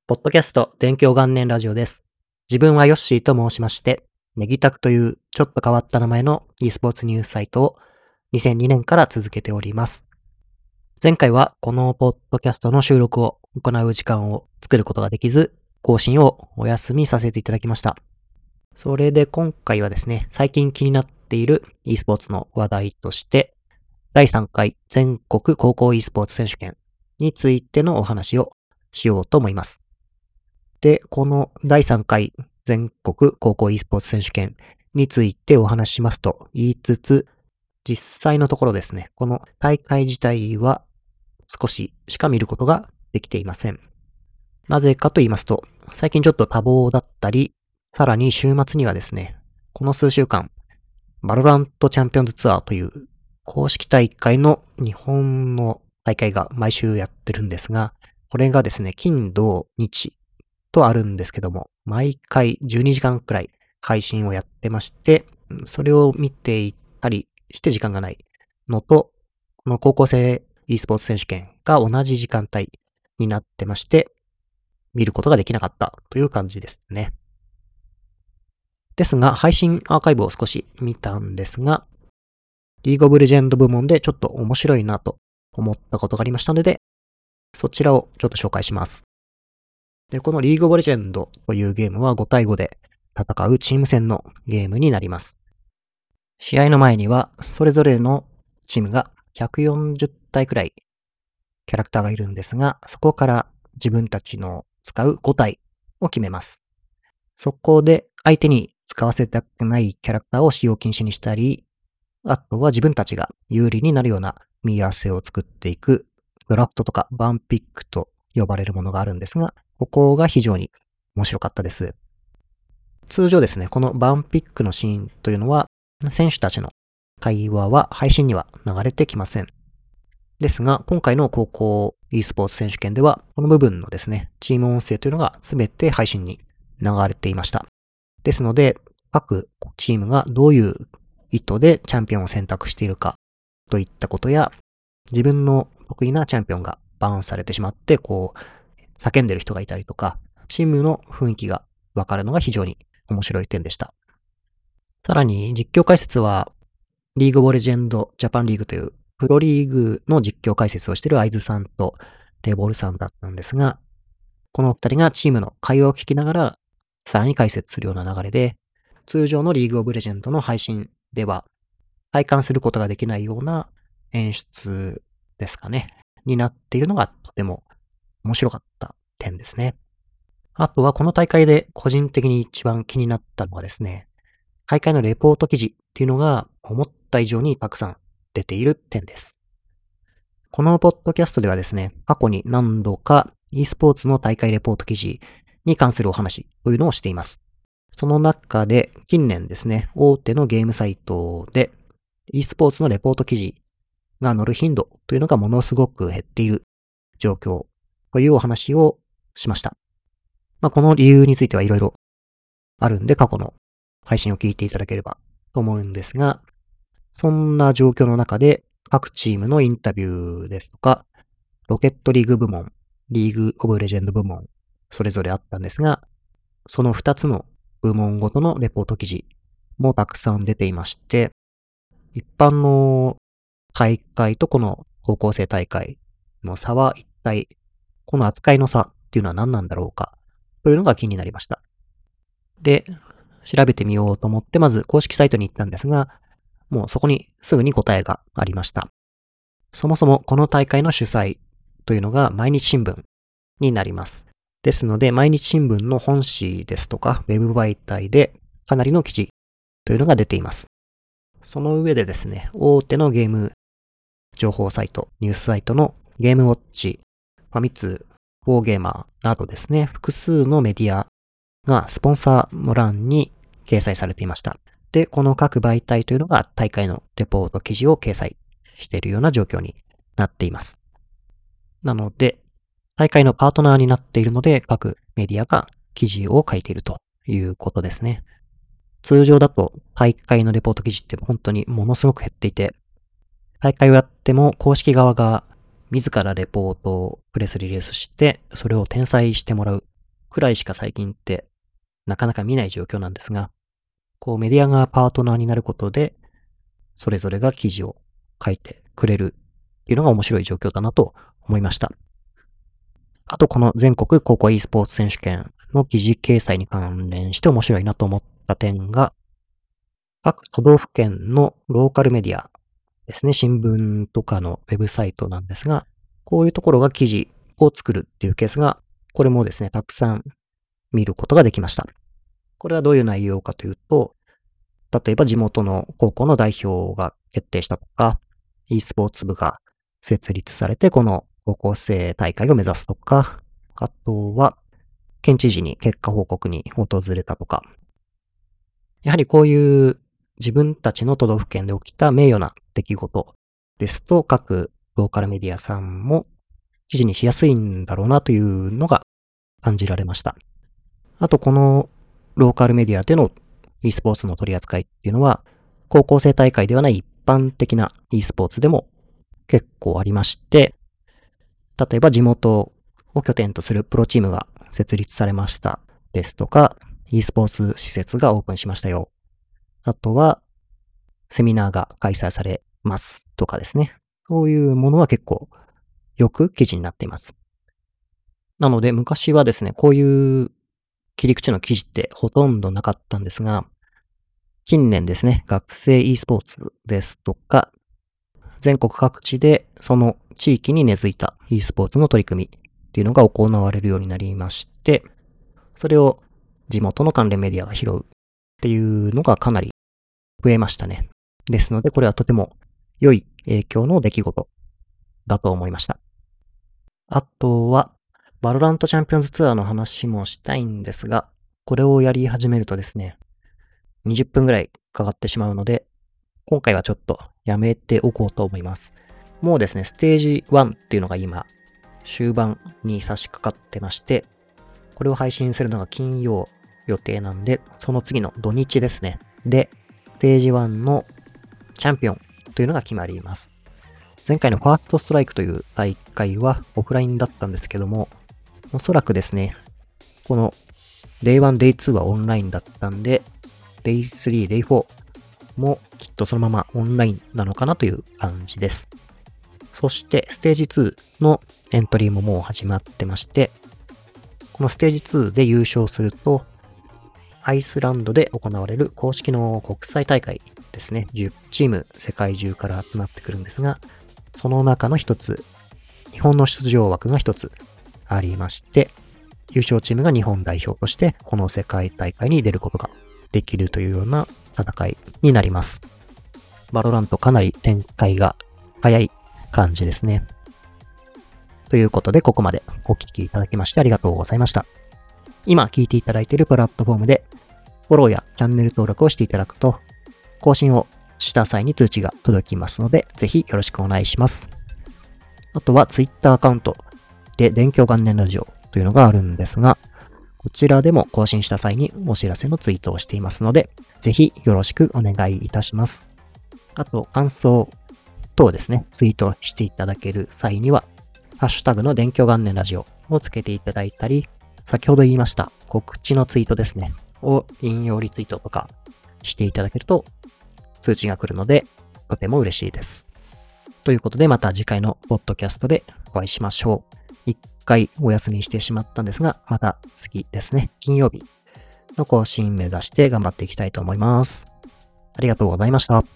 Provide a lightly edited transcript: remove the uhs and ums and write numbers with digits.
ポッドキャスト勉強元年ラジオです。自分はヨッシーと申しまして、ネギタクというちょっと変わった名前の e スポーツニュースサイトを2002年から続けております。前回はこのポッドキャストの収録を行う時間を作ることができず、更新をお休みさせていただきました。それで今回はですね、最近気になっている e スポーツの話題として、第3回全国高校 e スポーツ選手権についてのお話をしようと思います。で、この第3回全国高校 e スポーツ選手権についてお話ししますと言いつつ、実際のところですね、この大会自体は少ししか見ることができていません。なぜかと言いますと、最近ちょっと多忙だったり、さらに週末にはですね、この数週間、バロラントチャンピオンズツアーという公式大会の日本の大会が毎週やってるんですが、これがですね、金土日とあるんですけども、毎回12時間くらい配信をやってまして、それを見ていったりして時間がないのと、この高校生 e スポーツ選手権が同じ時間帯になってまして、見ることができなかったという感じですね。ですが、配信アーカイブを少し見たんですが、リーグオブレジェンド部門でちょっと面白いなと思ったことがありましたので、そちらをちょっと紹介します。で、このリーグオブレジェンドというゲームは5対5で戦うチーム戦のゲームになります。試合の前にはそれぞれのチームが140体くらいキャラクターがいるんですが、そこから自分たちの使う5体を決めます。そこで相手に使わせたくないキャラクターを使用禁止にしたり、あとは自分たちが有利になるような組み合わせを作っていくドラフトとかバンピックと呼ばれるものがあるんですが、ここが非常に面白かったです。通常ですね、このバンピックのシーンというのは、選手たちの会話は配信には流れてきません。ですが、今回の高校 e スポーツ選手権では、この部分のですね、チーム音声というのが全て配信に流れていました。ですので、各チームがどういう意図でチャンピオンを選択しているかといったことや、自分の得意なチャンピオンがバーンされてしまって、叫んでる人がいたりとか、チームの雰囲気がわかるのが非常に面白い点でした。さらに実況解説は、リーグオブレジェンドジャパンリーグというプロリーグの実況解説をしているアイズさんとレボルさんだったんですが、この二人がチームの会話を聞きながら、さらに解説するような流れで、通常のリーグオブレジェンドの配信では、体感することができないような演出ですかね、になっているのがとても面白かった点ですね。あとはこの大会で個人的に一番気になったのはですね、大会のレポート記事っていうのが思った以上にたくさん出ている点です。このポッドキャストではですね、過去に何度か e スポーツの大会レポート記事に関するお話というのをしています。その中で近年ですね、大手のゲームサイトで e スポーツのレポート記事が載る頻度というのがものすごく減っている状況というお話をしました。この理由についてはいろいろあるんで過去の配信を聞いていただければと思うんですが、そんな状況の中で各チームのインタビューですとか、ロケットリーグ部門、リーグオブレジェンド部門、それぞれあったんですが、その2つの部門ごとのレポート記事もたくさん出ていまして、一般の大会とこの高校生大会の差は一体、この扱いの差っていうのは何なんだろうかというのが気になりました。で、調べてみようと思ってまず公式サイトに行ったんですが、もうそこにすぐに答えがありました。そもそもこの大会の主催というのが毎日新聞になります。ですので毎日新聞の本誌ですとかウェブ媒体でかなりの記事というのが出ています。その上でですね、大手のゲーム情報サイト、ニュースサイトのゲームウォッチ、ファミ通、フォーゲーマーなどですね、複数のメディアがスポンサーの欄に掲載されていました。で、この各媒体というのが大会のレポート記事を掲載しているような状況になっています。なので、大会のパートナーになっているので、各メディアが記事を書いているということですね。通常だと大会のレポート記事って本当にものすごく減っていて、大会をやっても公式側が自らレポートをプレスリリースして、それを転載してもらうくらいしか最近ってなかなか見ない状況なんですが、こうメディアがパートナーになることで、それぞれが記事を書いてくれるっていうのが面白い状況だなと思いました。あとこの全国高校 e スポーツ選手権の記事掲載に関連して面白いなと思った点が、各都道府県のローカルメディアですね、新聞とかのウェブサイトなんですが、こういうところが記事を作るっていうケースが、これもですね、たくさん見ることができました。これはどういう内容かというと、例えば地元の高校の代表が決定したとか、e スポーツ部が設立されて、この高校生大会を目指すとか、あとは、県知事に結果報告に訪れたとか、やはりこういう自分たちの都道府県で起きた名誉な出来事ですと、各ローカルメディアさんも記事にしやすいんだろうなというのが感じられました。あとこのローカルメディアでの e スポーツの取り扱いっていうのは、高校生大会ではない一般的な e スポーツでも結構ありまして、例えば地元を拠点とするプロチームが設立されましたですとか、e スポーツ施設がオープンしましたよ。あとは、セミナーが開催されますとかですね。そういうものは結構よく記事になっています。なので昔はですね、こういう切り口の記事ってほとんどなかったんですが、近年ですね、学生 e スポーツですとか、全国各地でその地域に根付いた e スポーツの取り組みっていうのが行われるようになりまして、それを地元の関連メディアが拾うっていうのがかなり増えましたね。ですので、これはとても良い影響の出来事だと思いました。あとは、バロラントチャンピオンズツアーの話もしたいんですが、これをやり始めるとですね、20分ぐらいかかってしまうので、今回はちょっとやめておこうと思います。もうですね、ステージ1っていうのが今、終盤に差し掛かってまして、これを配信するのが金曜予定なんで、その次の土日ですね。で、ステージ1のチャンピオンというのが決まります。前回のファーストストライクという大会はオフラインだったんですけども、おそらくですね、この Day1、Day2 はオンラインだったんで、Day3、Day4 もきっとそのままオンラインなのかなという感じです。そしてステージ2のエントリーももう始まってまして、このステージ2で優勝すると、アイスランドで行われる公式の国際大会ですね。10チーム世界中から集まってくるんですが、その中の一つ、日本の出場枠が一つありまして、優勝チームが日本代表としてこの世界大会に出ることができるというような戦いになります。バロラントかなり展開が早い感じですね。ということでここまでお聞きいただきましてありがとうございました。今聞いていただいているプラットフォームでフォローやチャンネル登録をしていただくと更新をした際に通知が届きますのでぜひよろしくお願いします。あとは Twitter アカウントで勉強元年ラジオというのがあるんですが、こちらでも更新した際にお知らせのツイートをしていますのでぜひよろしくお願いいたします。あと感想等ですね、ツイートしていただける際にはハッシュタグの勉強元年ラジオをつけていただいたり、先ほど言いました告知のツイートですねを引用リツイートとかしていただけると通知が来るのでとても嬉しいです。ということでまた次回のポッドキャストでお会いしましょう。一回お休みしてしまったんですが、また次ですね、金曜日の更新目指して頑張っていきたいと思います。ありがとうございました。